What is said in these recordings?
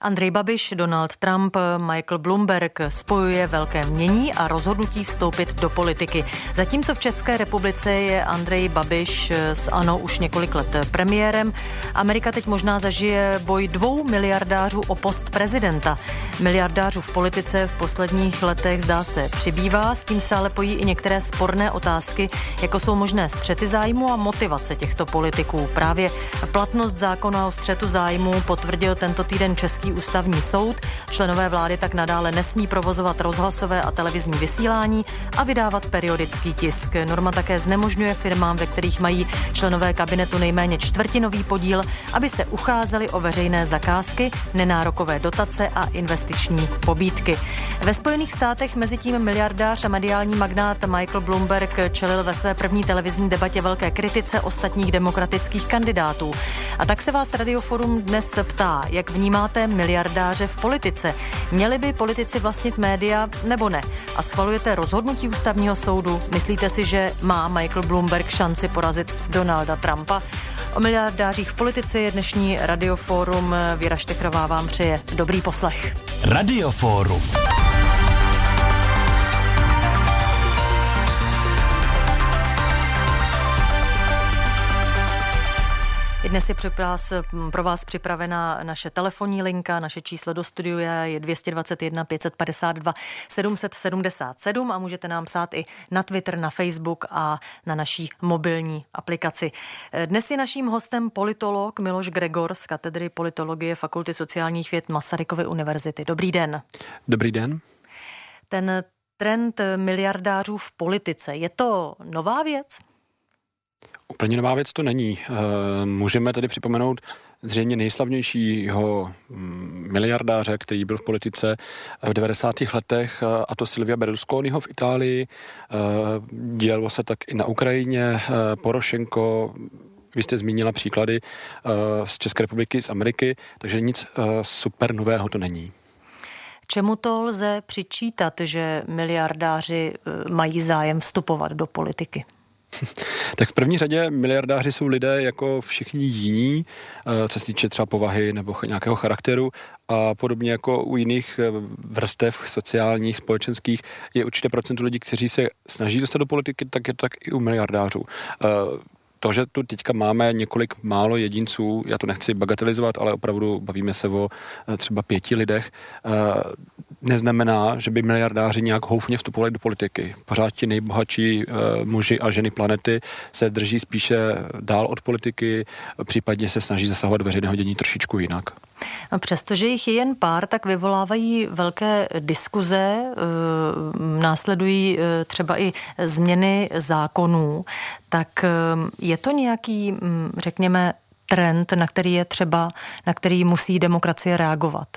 Andrej Babiš, Donald Trump, Michael Bloomberg spojuje velké mění a rozhodnutí vstoupit do politiky. Zatímco v České republice je Andrej Babiš z ANO už několik let premiérem, Amerika teď možná zažije boj 2 miliardářů o post prezidenta. Miliardářů v politice v posledních letech zdá se přibývá, s tím se ale pojí i některé sporné otázky, jako jsou možné střety zájmu a motivace těchto politiků. Právě platnost zákona o střetu zájmu potvrdil tento týden Český ústavní soud. Členové vlády tak nadále nesmí provozovat rozhlasové a televizní vysílání a vydávat periodický tisk. Norma také znemožňuje firmám, ve kterých mají členové kabinetu nejméně čtvrtinový podíl, aby se ucházeli o veřejné zakázky, nenárokové dotace a investiční pobídky. Ve Spojených státech mezitím miliardář a mediální magnát Michael Bloomberg čelil ve své první televizní debatě velké kritice ostatních demokratických kandidátů. A tak se vás Radioforum dnes ptá, jak vnímáte miliardáře v politice. Měli by politici vlastnit média nebo ne? A schvalujete rozhodnutí ústavního soudu? Myslíte si, že má Michael Bloomberg šanci porazit Donalda Trumpa? O miliardářích v politice je dnešní Radioforum. Věra Štekrová vám přeje dobrý poslech. Radioforum. Dnes je pro vás připravena naše telefonní linka, naše číslo do studia je 221 552 777 a můžete nám psát i na Twitter, na Facebook a na naší mobilní aplikaci. Dnes je naším hostem politolog Miloš Gregor z katedry politologie Fakulty sociálních věd Masarykovy univerzity. Dobrý den. Dobrý den. Ten trend miliardářů v politice, je to nová věc? Úplně nová věc to není. Můžeme tedy připomenout zřejmě nejslavnějšího miliardáře, který byl v politice v 90. letech, a to Silvia Berlusconiho v Itálii. Dělo se tak i na Ukrajině, Porošenko. Vy jste zmínila příklady z České republiky, z Ameriky, takže nic super nového to není. Čemu to lze přičítat, že miliardáři mají zájem vstupovat do politiky? Tak v první řadě miliardáři jsou lidé jako všichni jiní, co se týče třeba povahy nebo nějakého charakteru, a podobně jako u jiných vrstev sociálních, společenských je určité procento lidí, kteří se snaží dostat do politiky, tak je to tak i u miliardářů. To, že tu teďka máme několik málo jedinců, já to nechci bagatelizovat, ale opravdu bavíme se o třeba 5 lidech, neznamená, že by miliardáři nějak houfně vstupovali do politiky. Pořád ti nejbohatší muži a ženy planety se drží spíše dál od politiky, případně se snaží zasahovat do veřejného dění trošičku jinak. A přestože jich je jen pár, tak vyvolávají velké diskuze, následují třeba i změny zákonů. Tak je to nějaký, řekněme, trend, na který musí demokracie reagovat?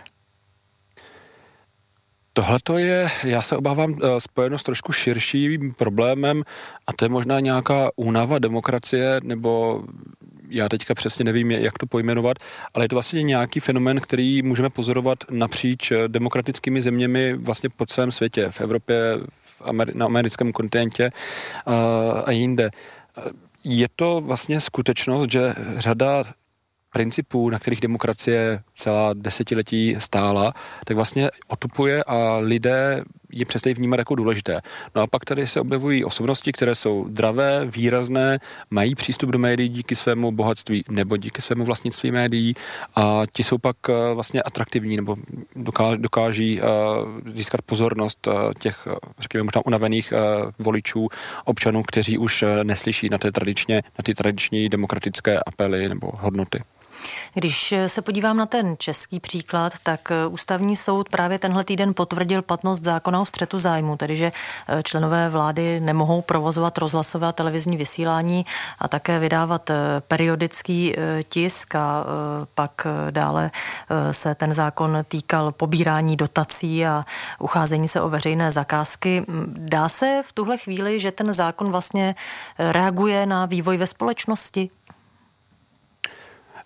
Tohleto je, já se obávám, spojeno s trošku širším problémem, a to je možná nějaká únava demokracie, nebo já teďka přesně nevím, jak to pojmenovat, ale je to vlastně nějaký fenomén, který můžeme pozorovat napříč demokratickými zeměmi vlastně po celém světě, v Evropě, na americkém kontinentě a jinde. Je to vlastně skutečnost, že řada principů, na kterých demokracie celá desetiletí stála, tak vlastně otupuje a lidé je přestají vnímat jako důležité. No a pak tady se objevují osobnosti, které jsou dravé, výrazné, mají přístup do médií díky svému bohatství nebo díky svému vlastnictví médií, a ti jsou pak vlastně atraktivní nebo dokáží získat pozornost těch, řekněme, možná unavených voličů, občanů, kteří už neslyší na ty tradiční demokratické apely nebo hodnoty. Když se podívám na ten český příklad, tak ústavní soud právě tenhle týden potvrdil platnost zákona o střetu zájmu, tedy že členové vlády nemohou provozovat rozhlasové a televizní vysílání a také vydávat periodický tisk, a pak dále se ten zákon týkal pobírání dotací a ucházení se o veřejné zakázky. Dá se v tuhle chvíli, že ten zákon vlastně reaguje na vývoj ve společnosti?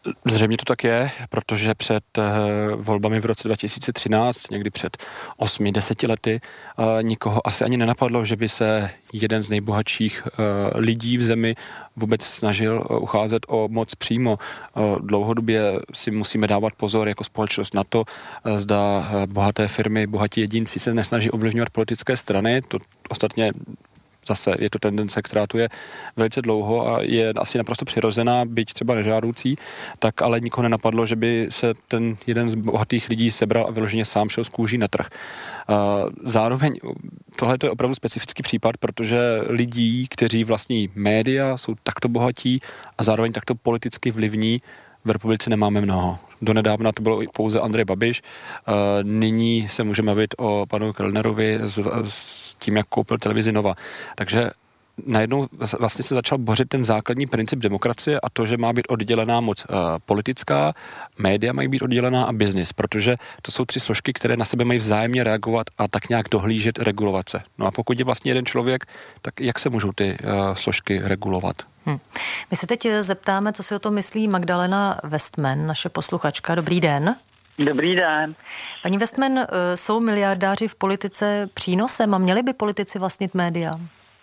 Zřejmě to tak je, protože před volbami v roce 2013, někdy před 8-10 lety, nikoho asi ani nenapadlo, že by se jeden z nejbohatších lidí v zemi vůbec snažil ucházet o moc přímo. Dlouhodobě si musíme dávat pozor jako společnost na to, zda bohaté firmy, bohatí jedinci se nesnaží ovlivňovat politické strany. To ostatně zase je to tendence, která tu je velice dlouho a je asi naprosto přirozená, byť třeba nežádoucí, tak ale nikoho nenapadlo, že by se ten jeden z bohatých lidí sebral a vyloženě sám šel z kůží na trh. Zároveň tohle je opravdu specifický případ, protože lidí, kteří vlastní média, jsou takto bohatí a zároveň takto politicky vlivní, v republice nemáme mnoho. Donedávna to bylo pouze Andrej Babiš. Nyní se můžeme bavit o panu Kellnerovi s tím, jak koupil televizi Nova. Takže najednou vlastně se začal bořit ten základní princip demokracie a to, že má být oddělená moc politická, média mají být oddělená a biznis, protože to jsou 3 složky, které na sebe mají vzájemně reagovat a tak nějak dohlížet, regulovat se. No a pokud je vlastně jeden člověk, tak jak se můžou ty složky regulovat? My se teď zeptáme, co si o tom myslí Magdalena Westman, naše posluchačka. Dobrý den. Dobrý den. Paní Westman, jsou miliardáři v politice přínosem a měli by politici vlastnit média?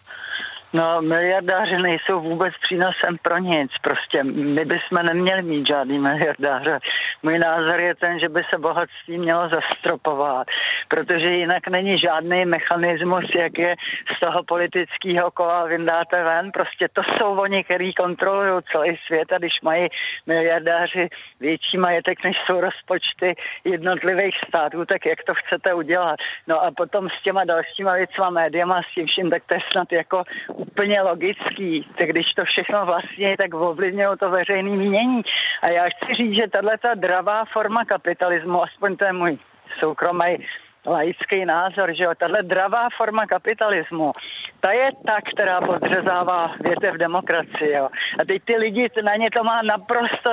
No, miliardáři nejsou vůbec přínosem pro nic. Prostě my bychom neměli mít žádný miliardáře. Můj názor je ten, že by se bohatství mělo zastropovat, protože jinak není žádný mechanismus, jak je z toho politického kola vyndáte ven. Prostě to jsou oni, kteří kontrolují celý svět a když mají miliardáři větší majetek, než jsou rozpočty jednotlivých států, tak jak to chcete udělat? No a potom s těma dalšíma věcma, médiama, s tím vším, tak to je snad jako úplně logický, tak když to všechno vlastně, tak ovlivňuje to veřejné mínění. A já chci říct, že tato dravá forma kapitalismu, aspoň to je můj soukromý laický názor, že jo, tato dravá forma kapitalismu, ta je ta, která podřezává větev demokracie, jo. A teď ty lidi, na ně to má naprosto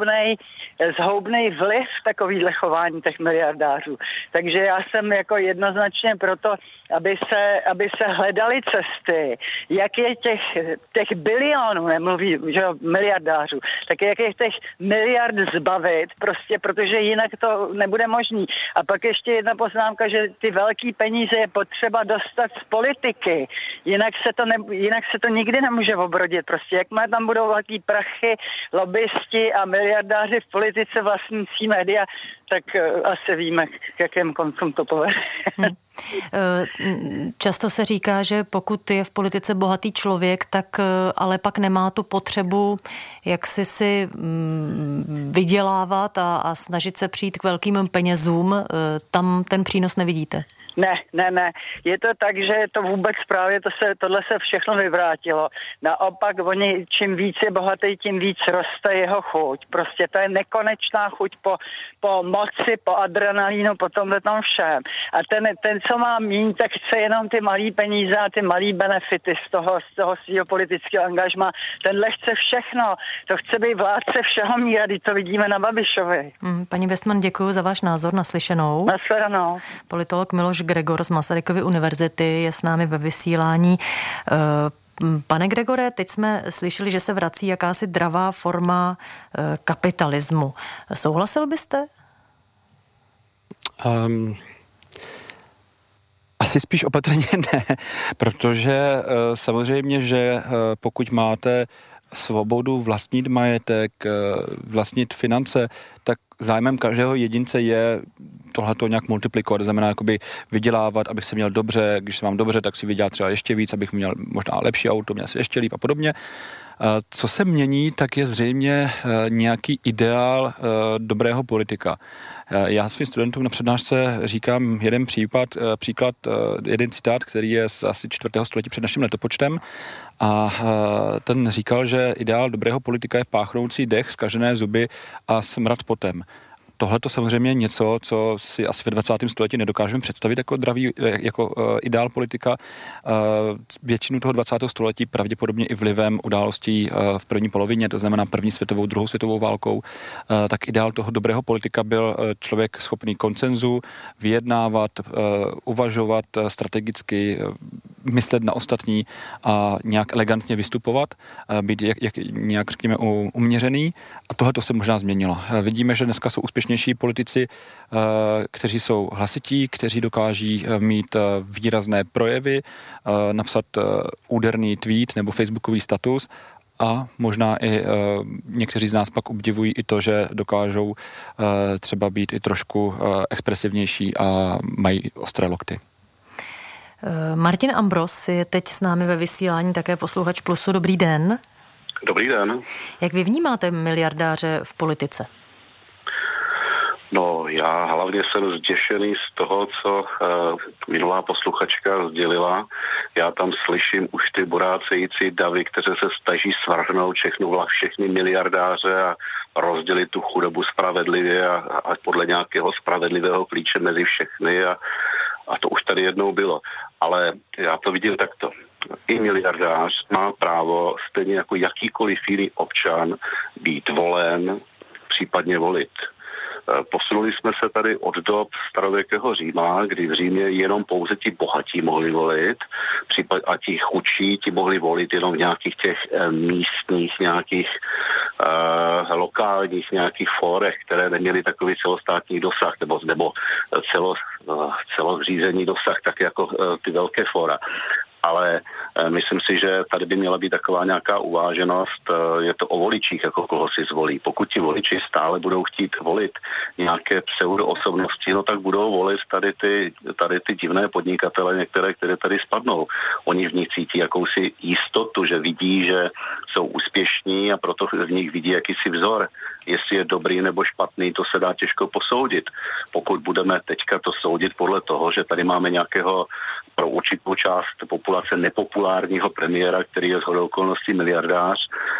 zhoubnej vliv takovýhle chování těch miliardářů. Takže já jsem jako jednoznačně proto, aby se hledaly cesty, jak je těch bilionů, nemluví, že jo, miliardářů, tak jak je těch miliard zbavit, prostě, protože jinak to nebude možný. A pak ještě jedna poznámka, že ty velký peníze je potřeba dostat z politiky, jinak se to nikdy nemůže obrodit. Prostě jakmile tam budou velký prachy, lobbysti a miliardáři v politice vlastnící média, tak asi víme, k jakém koncům to povede. Často se říká, že pokud je v politice bohatý člověk, tak ale pak nemá tu potřebu jak si vydělávat a snažit se přijít k velkým penězům. Tam ten přínos nevidíte? Ne. Je to tak, že je to vůbec právě, tohle se všechno vyvrátilo. Naopak, oni čím víc je bohatý, tím víc roste jeho chuť. Prostě to je nekonečná chuť po moci, po adrenalínu, po tomhle tom všem. A ten, co má míň, tak chce jenom ty malý peníze a ty malý benefity z toho svého politického angažma. Tenhle chce všechno. To chce být vládce všeho míra, když to vidíme na Babišovi. Paní Westman, děkuji za váš názor, naslyšenou. Naslyšenou. Politolog Miloš Gregor z Masarykovy univerzity je s námi ve vysílání. Pane Gregore, teď jsme slyšeli, že se vrací jakási dravá forma kapitalismu. Souhlasil byste? Asi spíš opatrně ne, protože samozřejmě, že pokud máte svobodu vlastnit majetek, vlastnit finance, tak zájmem každého jedince je tohleto nějak multiplikovat, to znamená jakoby vydělávat, abych se měl dobře, když se mám dobře, tak si vydělat třeba ještě víc, abych měl možná lepší auto, měl si ještě líp a podobně. Co se mění, tak je zřejmě nějaký ideál dobrého politika. Já svým studentům na přednášce říkám příklad, jeden citát, který je z asi 4. století před naším letopočtem a ten říkal, že ideál dobrého politika je páchnoucí dech, zkažené zuby a smrad potem. Tohle to samozřejmě je něco, co si asi ve 20. století nedokážeme představit jako ideál politika. Většinu toho 20. století pravděpodobně i vlivem událostí v první polovině, to znamená první světovou, druhou světovou válkou, tak ideál toho dobrého politika byl člověk schopný konsenzu, vyjednávat, uvažovat strategicky, myslet na ostatní a nějak elegantně vystupovat, být nějak řekněme uměřený a tohle to se možná změnilo. Vidíme, že dneska jsou úspěšnější politici, kteří jsou hlasití, kteří dokáží mít výrazné projevy, napsat úderný tweet nebo facebookový status a možná i někteří z nás pak obdivují i to, že dokážou třeba být i trošku expresivnější a mají ostré lokty. Martin Ambros je teď s námi ve vysílání, také posluchač Plusu. Dobrý den. Dobrý den. Jak vy vnímáte miliardáře v politice? No, já hlavně jsem zděšený z toho, co minulá posluchačka sdělila. Já tam slyším už ty borácející davy, kteří se snaží svrhnout všechny miliardáře a rozdělit tu chudobu spravedlivě a podle nějakého spravedlivého klíče mezi všechny a to už tady jednou bylo. Ale já to vidím takto. I miliardář má právo, stejně jako jakýkoliv jiný občan, být volen, případně volit. Posunuli jsme se tady od dob starověkého Říma, kdy v Římě jenom pouze ti bohatí mohli volit, a ti chudší ti mohli volit jenom v nějakých těch místních, nějakých lokálních nějakých fórech, které neměly takový celostátní dosah nebo celozřízený dosah, tak jako ty velké fóra. Ale myslím si, že tady by měla být taková nějaká uváženost, je to o voličích, jako koho si zvolí. Pokud ti voliči stále budou chtít volit nějaké pseudoosobnosti, no tak budou volit tady ty divné podnikatele, některé, které tady spadnou. Oni v nich cítí jakousi jistotu, že vidí, že jsou úspěšní a proto v nich vidí jakýsi vzor. Jestli je dobrý nebo špatný, to se dá těžko posoudit. Pokud budeme teďka to soudit podle toho, že tady máme nějakého pro určitou část populace nepopulárního premiéra, který je shodou okolností miliardář,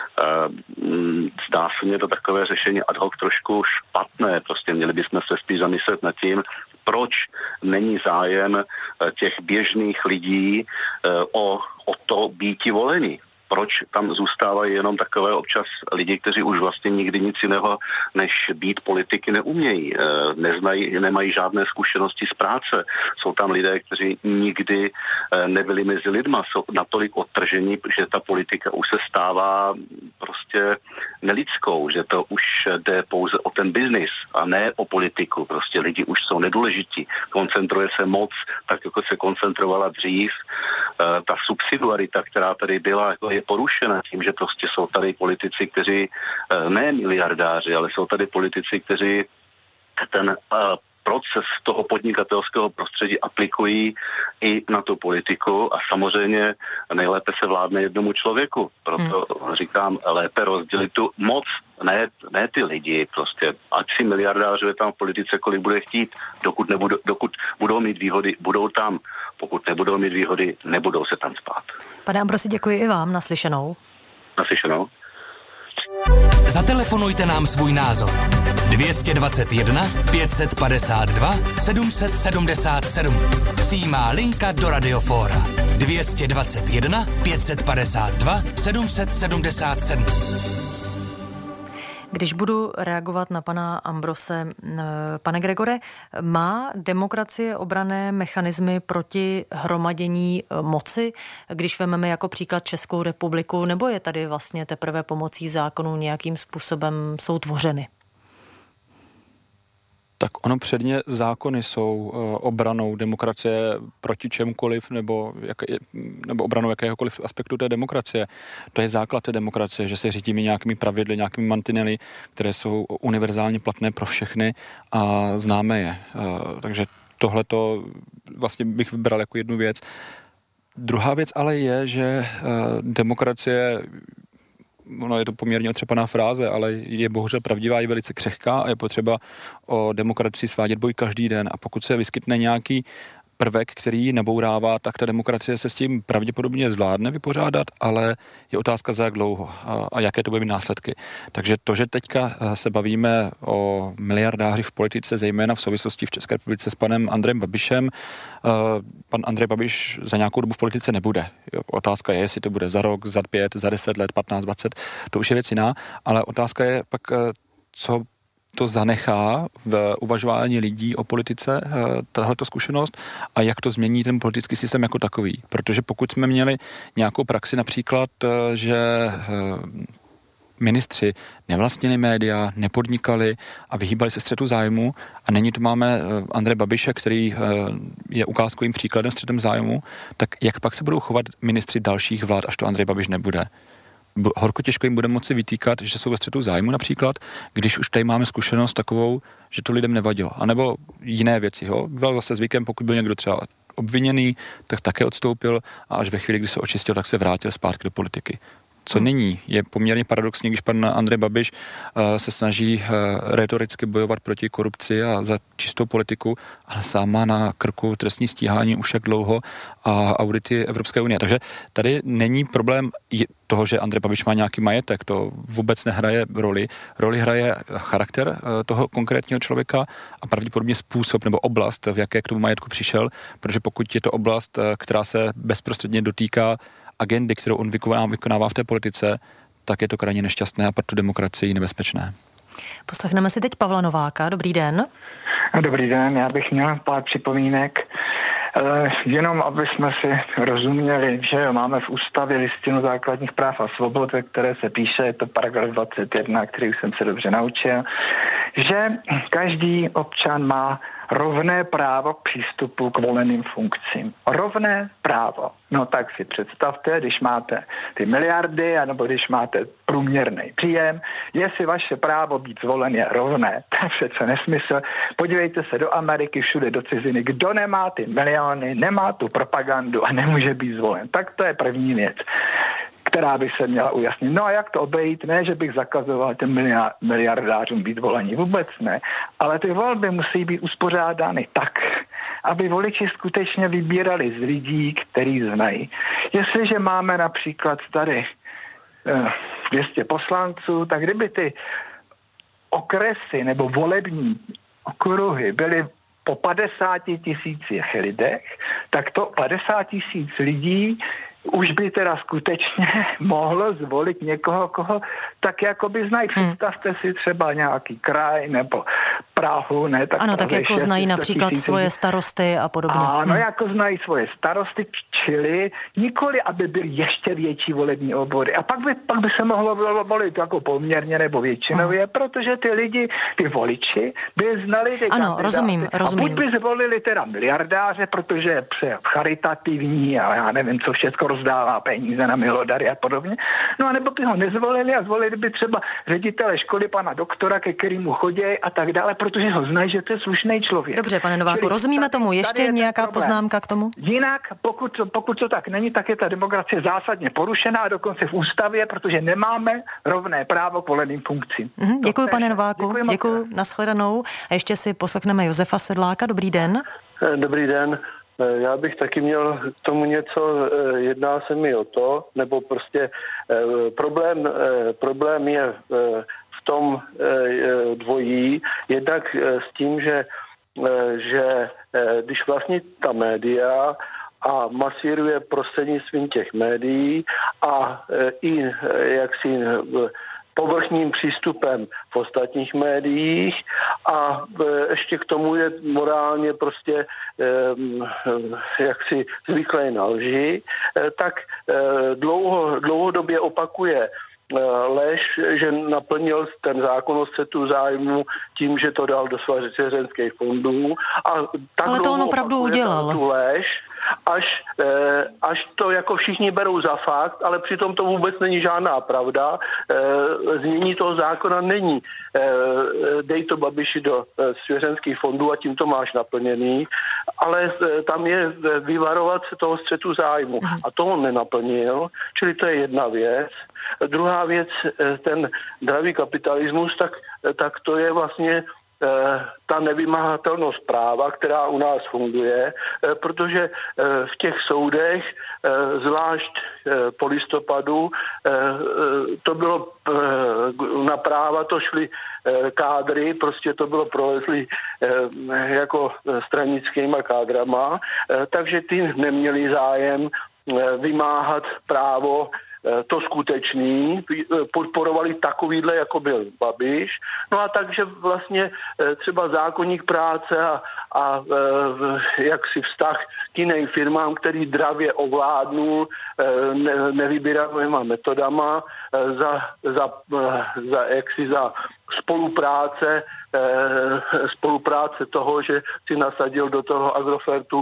zdá se mně to takové řešení ad hoc trošku špatné. Prostě měli bychom se spíš zamyslet nad tím, proč není zájem těch běžných lidí o to býti volení. Proč tam zůstávají jenom takové občas lidi, kteří už vlastně nikdy nic jiného než být politiky neumějí, nemají žádné zkušenosti z práce. Jsou tam lidé, kteří nikdy nebyli mezi lidma, jsou natolik odtržení, že ta politika už se stává prostě nelidskou, že to už jde pouze o ten biznis a ne o politiku. Prostě lidi už jsou nedůležití. Koncentruje se moc, tak jako se koncentrovala dřív. Ta subsidiarita, která tady byla, je porušena tím, že prostě jsou tady politici, kteří ne miliardáři, ale jsou tady politici, kteří ten proces toho podnikatelského prostředí aplikují i na tu politiku a samozřejmě nejlépe se vládne jednomu člověku. Proto říkám, lépe rozdělit tu moc, ne ty lidi, prostě ať si miliardářů je tam v politice, kolik bude chtít, dokud budou mít výhody, budou tam, pokud nebudou mít výhody, nebudou se tam spát. Pane Ambrosi, děkuji i vám, naslyšenou. Naslyšenou. Zatelefonujte nám svůj názor. 221 552 777. Přímá linka do Radiofóra. 221 552 777. Když budu reagovat na pana Ambrose, pane Gregore, má demokracie obranné mechanismy proti hromadění moci, když vezmeme jako příklad Českou republiku, nebo je tady vlastně teprve pomocí zákonů nějakým způsobem jsou tvořeny? Tak ono předně zákony jsou obranou demokracie proti čemkoliv nebo obranou jakéhokoliv aspektu té demokracie. To je základ té demokracie, že se řídíme nějakými pravidly, nějakými mantinely, které jsou univerzálně platné pro všechny a známe je. Takže tohleto vlastně bych vybral jako jednu věc. Druhá věc ale je, že demokracie, ono je to poměrně otřepaná fráze, ale je bohužel pravdivá, je velice křehká a je potřeba o demokracii svádět boj každý den. A pokud se vyskytne nějaký prvek, který ji nabourává, tak ta demokracie se s tím pravděpodobně zvládne vypořádat, ale je otázka za jak dlouho a jaké to bude mít následky. Takže to, že teďka se bavíme o miliardářích v politice, zejména v souvislosti v České republice s panem Andrejem Babišem, pan Andrej Babiš za nějakou dobu v politice nebude. Otázka je, jestli to bude za rok, za 5, za 10 let, 15, 20, to už je věc jiná, ale otázka je pak, co to zanechá v uvažování lidí o politice, tato zkušenost, a jak to změní ten politický systém jako takový. Protože pokud jsme měli nějakou praxi například, že ministři nevlastnili média, nepodnikali a vyhýbali se střetu zájmu, a nyní tu máme Andreje Babiše, který je ukázkovým příkladem střetem zájmu, tak jak pak se budou chovat ministři dalších vlád, až to Andrej Babiš nebude? Horko těžko jim bude moci vytýkat, že jsou ve střetu zájmu například, když už tady máme zkušenost takovou, že to lidem nevadilo. A nebo jiné věci. Byl zase zvykem, pokud byl někdo třeba obviněný, tak také odstoupil a až ve chvíli, kdy se očistil, tak se vrátil zpátky do politiky. Co nyní? Je poměrně paradoxní, když pan Andrej Babiš se snaží retoricky bojovat proti korupci a za čistou politiku, ale sám má na krku trestní stíhání už jak dlouho a audity Evropské unie. Takže tady není problém toho, že Andrej Babiš má nějaký majetek, to vůbec nehraje roli. Roli hraje charakter toho konkrétního člověka a pravděpodobně způsob nebo oblast, v jaké k tomu majetku přišel, protože pokud je to oblast, která se bezprostředně dotýká agendy, kterou on vykonává v té politice, tak je to krajně nešťastné a pro tu demokracii nebezpečné. Poslechneme si teď Pavla Nováka. Dobrý den. Dobrý den, já bych měl pár připomínek. Jenom, aby jsme si rozuměli, že máme v ústavě Listinu základních práv a svobod, ve které se píše, je to paragraf 21, který jsem se dobře naučil, že každý občan má rovné právo k přístupu k voleným funkcím. Rovné právo. No tak si představte, když máte ty miliardy, anebo když máte průměrný příjem, jestli vaše právo být zvolen je rovné. To je přece nesmysl. Podívejte se do Ameriky, všude do ciziny. Kdo nemá ty miliony, nemá tu propagandu a nemůže být zvolen. Tak to je první věc, která by se měla ujasnit. No a jak to obejít? Ne, že bych zakazoval těm miliardářům být volení. Vůbec ne. Ale ty volby musí být uspořádány tak, aby voliči skutečně vybírali z lidí, který znají. Jestliže máme například tady 200 poslanců, tak kdyby ty okresy nebo volební okruhy byly po 50 000 lidech, tak to 50 000 lidí už by teda skutečně mohlo zvolit někoho, koho tak jako by znají. Představte si třeba nějaký kraj nebo Prahu, ne? Tak ano, tak jako znají například svoje starosty a podobně. Ano, jako znají svoje starosty, čili nikoli, aby byly ještě větší volební obvody. A pak by se mohlo volit jako poměrně nebo většinově, protože ty lidi, ty voliči, by znali ty ano, rozumím. A buď by zvolili teda miliardáře, protože je charitativní a já nevím, co všechno rozdává peníze na milodary a podobně. No a nebo by ho nezvolili a zvolili by třeba ředitele školy, pana doktora, ke kterému chodějí a tak dále, protože ho znají, že to je slušný člověk. Dobře, pane Nováku, rozumíme tomu. Ještě nějaká poznámka k tomu? Jinak, pokud to tak není, tak je ta demokracie zásadně porušená a dokonce v ústavě, protože nemáme rovné právo k voleným funkcím. Děkuji, pane Nováku. Děkuji, nashledanou. A ještě si poslechneme Josefa Sedláka. Dobrý den. Dobrý den. Já bych taky měl k tomu něco, jedná se mi o to, nebo prostě problém je v tom dvojí, jednak s tím, že když vlastně ta média a masíruje prostřednictvím těch médií a i jaksi povrchním přístupem v ostatních médiích a ještě k tomu je morálně prostě jaksi zvyklý na lži, tak dlouhodobě opakuje lež, že naplnil ten zákon o střetu zájmu tím, že to dal do svěřenských fondů a tak ale to on opravdu udělal. Tu lež, až to jako všichni berou za fakt, ale přitom to vůbec není žádná pravda. Znění toho zákona není dej to Babiši do svěřenských fondů a tím to máš naplněný, ale tam je vyvarovat se toho střetu zájmu a to on nenaplnil, čili to je jedna věc. Druhá věc, ten dravý kapitalismus, tak to je vlastně ta nevymahatelnost práva, která u nás funguje, protože v těch soudech, zvlášť po listopadu, to bylo na práva, to šly kádry, prostě to bylo prolezlý jako stranickýma kádrama, takže ty neměli zájem vymáhat právo to skutečný, podporovali takovýhle, jako byl Babiš. No a takže vlastně třeba zákoník práce a jaksi vztah k jiným firmám, který dravě ovládnul nevybíravýma metodama za spolupráce toho, že si nasadil do toho Agrofertu.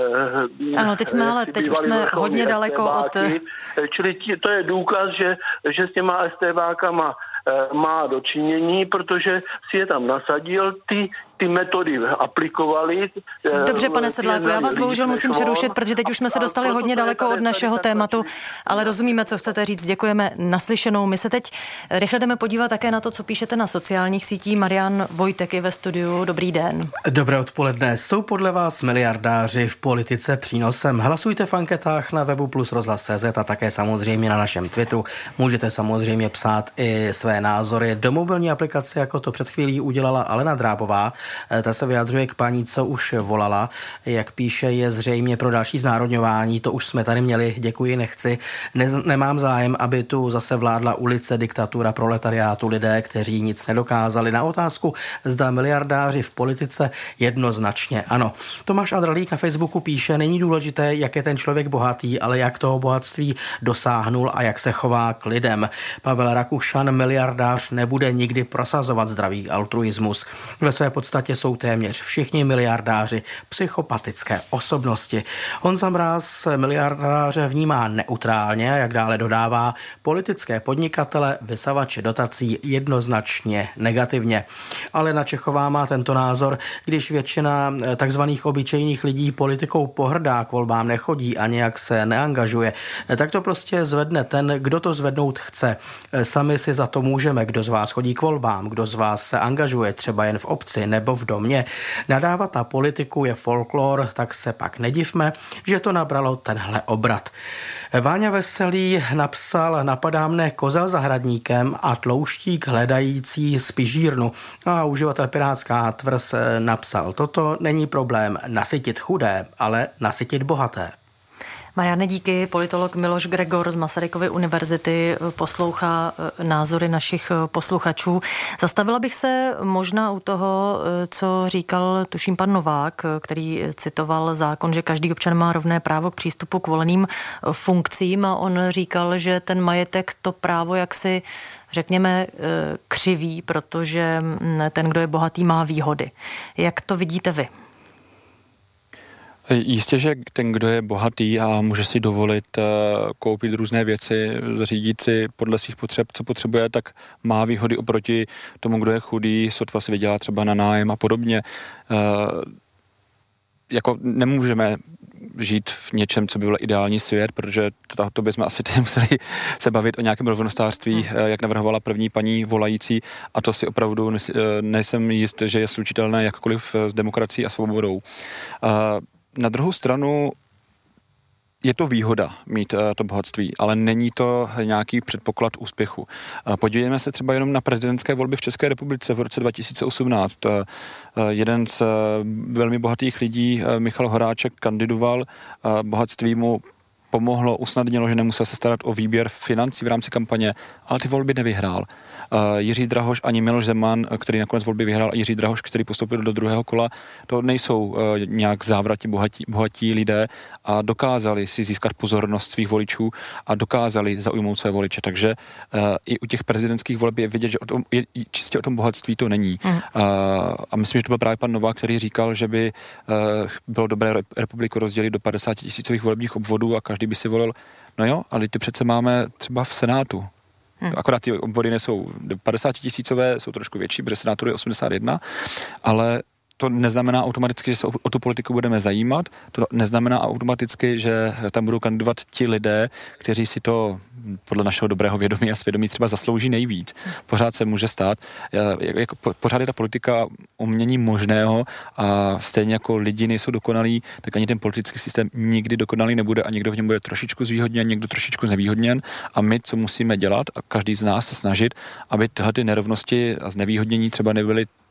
Ano, teď už jsme hodně daleko od... Čili to je důkaz, že s těma STVákama má dočinění, protože si je tam nasadil, ty metody aplikovali. Dobře, pane Sedláku, já vás bohužel musím přerušit, protože teď už jsme se dostali hodně daleko od našeho tématu, ale rozumíme, co chcete říct. Děkujeme, naslyšenou. My se teď rychle jdeme podívat také na to, co píšete na sociálních sítích. Marian Vojtek je ve studiu. Dobrý den. Dobré odpoledne. Jsou podle vás miliardáři v politice přínosem? Hlasujte v anketách na webu Plus rozhlas.cz a také samozřejmě na našem Twitteru. Můžete samozřejmě psát i své názory do mobilní aplikace, jako to před chvílí udělala Alena Drábová. Ta se vyjadřuje k paní, co už volala. Jak píše, je zřejmě pro další znárodňování. To už jsme tady měli, děkuji, nechci. Nemám zájem, aby tu zase vládla ulice, diktatura proletariátu, lidé, kteří nic nedokázali. Na otázku, zda miliardáři v politice, jednoznačně ano. Tomáš Andralík na Facebooku píše, není důležité, jak je ten člověk bohatý, ale jak toho bohatství dosáhnul a jak se chová k lidem. Pavel Rakušan, miliardář, nebude nikdy prosazovat zdravý altruismus. Ve své podstatě jsou téměř všichni miliardáři psychopatické osobnosti. Honza Mráz miliardáře vnímá neutrálně a jak dále dodává, politické podnikatele, vysavače dotací jednoznačně negativně. Alena Čechová má tento názor, když většina takzvaných obyčejných lidí politikou pohrdá, k volbám nechodí a nějak se neangažuje, tak to prostě zvedne ten, kdo to zvednout chce. Sami si za to můžeme, kdo z vás chodí k volbám, kdo z vás se angažuje třeba jen v obci nebo v domě. Nadávat na politiku je folklor, tak se pak nedivme, že to nabralo tenhle obrat. Váňa Veselý napsal, napadá mne kozel zahradníkem a tlouštík hledající spižírnu. A uživatel Pirátská tvrz napsal, toto není problém nasytit chudé, ale nasytit bohaté. Marianne, díky. Politolog Miloš Gregor z Masarykovy univerzity poslouchá názory našich posluchačů. Zastavila bych se možná u toho, co říkal, tuším, pan Novák, který citoval zákon, že každý občan má rovné právo k přístupu k voleným funkcím a on říkal, že ten majetek to právo jaksi, řekněme, křiví, protože ten, kdo je bohatý, má výhody. Jak to vidíte vy? Jistě, že ten, kdo je bohatý a může si dovolit koupit různé věci, zařídit si podle svých potřeb, co potřebuje, tak má výhody oproti tomu, kdo je chudý, sotva si vydělá třeba na nájem a podobně. Jako nemůžeme žít v něčem, co by byl ideální svět, protože to bychom asi teď museli se bavit o nějakém rovnostářství, jak navrhovala první paní volající, a to si opravdu nejsem jist, že je slučitelné jakkoliv s demokracií a svobodou. Na druhou stranu je to výhoda mít to bohatství, ale není to nějaký předpoklad úspěchu. Podívejme se třeba jenom na prezidentské volby v České republice v roce 2018. Jeden z velmi bohatých lidí, Michal Horáček, kandidoval, bohatství mu pomohlo, usnadnilo, že nemusel se starat o výběr financí v rámci kampaně, ale ty volby nevyhrál. Jiří Drahoš ani Miloš Zeman, který nakonec volby vyhrál, a Jiří Drahoš, který postoupil do druhého kola, to nejsou nějak závratě bohatí lidé a dokázali si získat pozornost svých voličů a dokázali zaujmout své voliče. Takže i u těch prezidentských voleb je vidět, že čistě o tom bohatství to není. A myslím, že to byl právě pan Novák, který říkal, že by bylo dobré republiku rozdělit do 50 000 volebních obvodů a každý by si volil. No jo, ale ty přece máme třeba v Senátu. Akorát ty obvody nejsou 50 000, jsou trošku větší, protože senátor je 81, ale to neznamená automaticky, že se o tu politiku budeme zajímat, to neznamená automaticky, že tam budou kandidovat ti lidé, kteří si to podle našeho dobrého vědomí a svědomí třeba zaslouží nejvíc. Pořád se může stát, pořád je ta politika umění možného a stejně jako lidi nejsou dokonalí, tak ani ten politický systém nikdy dokonalý nebude a někdo v něm bude trošičku zvýhodněn, někdo trošičku znevýhodněn a my, co musíme dělat, a každý z nás se snažit, aby tyhle ty nerovnosti a znevýhodnění třeba nebyly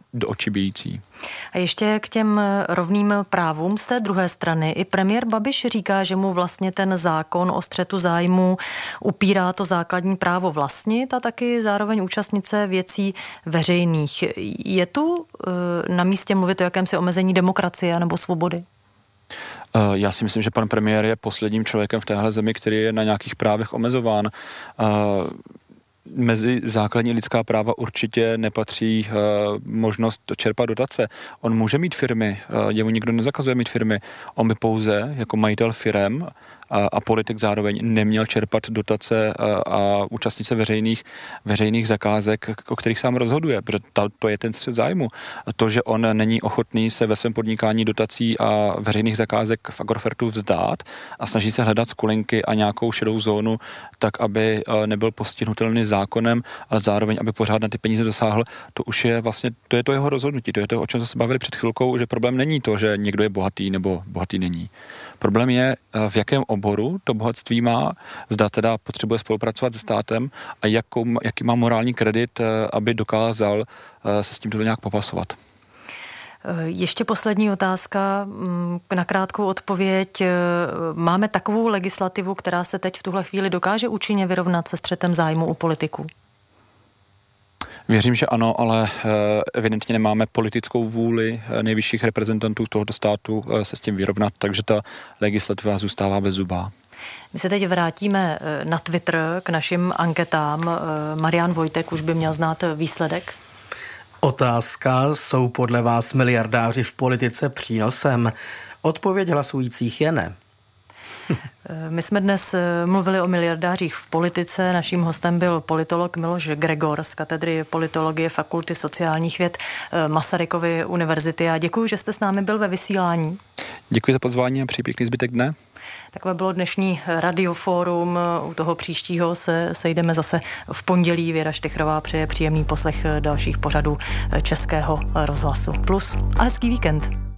do očí bijící. A ještě k těm rovným právům z té druhé strany. I premiér Babiš říká, že mu vlastně ten zákon o střetu zájmů upírá to základní právo vlastnit a taky zároveň účastnit se věcí veřejných. Je tu na místě mluvit o jakémsi omezení demokracie nebo svobody? Já si myslím, že pan premiér je posledním člověkem v téhle zemi, který je na nějakých právech omezován. Mezi základní lidská práva určitě nepatří možnost čerpat dotace. On může mít firmy, jemu nikdo nezakazuje mít firmy. On by pouze jako majitel firem a politik zároveň neměl čerpat dotace a účastnit se veřejných zakázek, o kterých sám rozhoduje, protože to je ten střet zájmu. To, že on není ochotný se ve svém podnikání dotací a veřejných zakázek v Agrofertu vzdát a snaží se hledat skulinky a nějakou šedou zónu, tak aby nebyl postihnutelný zákonem, ale zároveň, aby pořád na ty peníze dosáhl, to už je vlastně, to je to jeho rozhodnutí, to je to, o čem jsme se bavili před chvilkou, že problém není to, že někdo je bohatý nebo bohatý není. Problém je, v jakém oboru to bohatství má, zda teda potřebuje spolupracovat se státem a jaký má morální kredit, aby dokázal se s tím nějak popasovat. Ještě poslední otázka na krátkou odpověď. Máme takovou legislativu, která se teď v tuhle chvíli dokáže účinně vyrovnat se střetem zájmu u politiků? Věřím, že ano, ale evidentně nemáme politickou vůli nejvyšších reprezentantů tohoto státu se s tím vyrovnat, takže ta legislativa zůstává bezzubá. My se teď vrátíme na Twitter k našim anketám. Marian Vojtek už by měl znát výsledek. Otázka: jsou podle vás miliardáři v politice přínosem? Odpověď hlasujících je ne. My jsme dnes mluvili o miliardářích v politice. Naším hostem byl politolog Miloš Gregor z katedry politologie Fakulty sociálních věd Masarykovy univerzity. Já děkuji, že jste s námi byl ve vysílání. Děkuji za pozvání a přeji pěkný zbytek dne. Takové bylo dnešní Radiofórum. U toho příštího se sejdeme zase v pondělí. Věra Štychrová přeje příjemný poslech dalších pořadů Českého rozhlasu Plus a hezký víkend.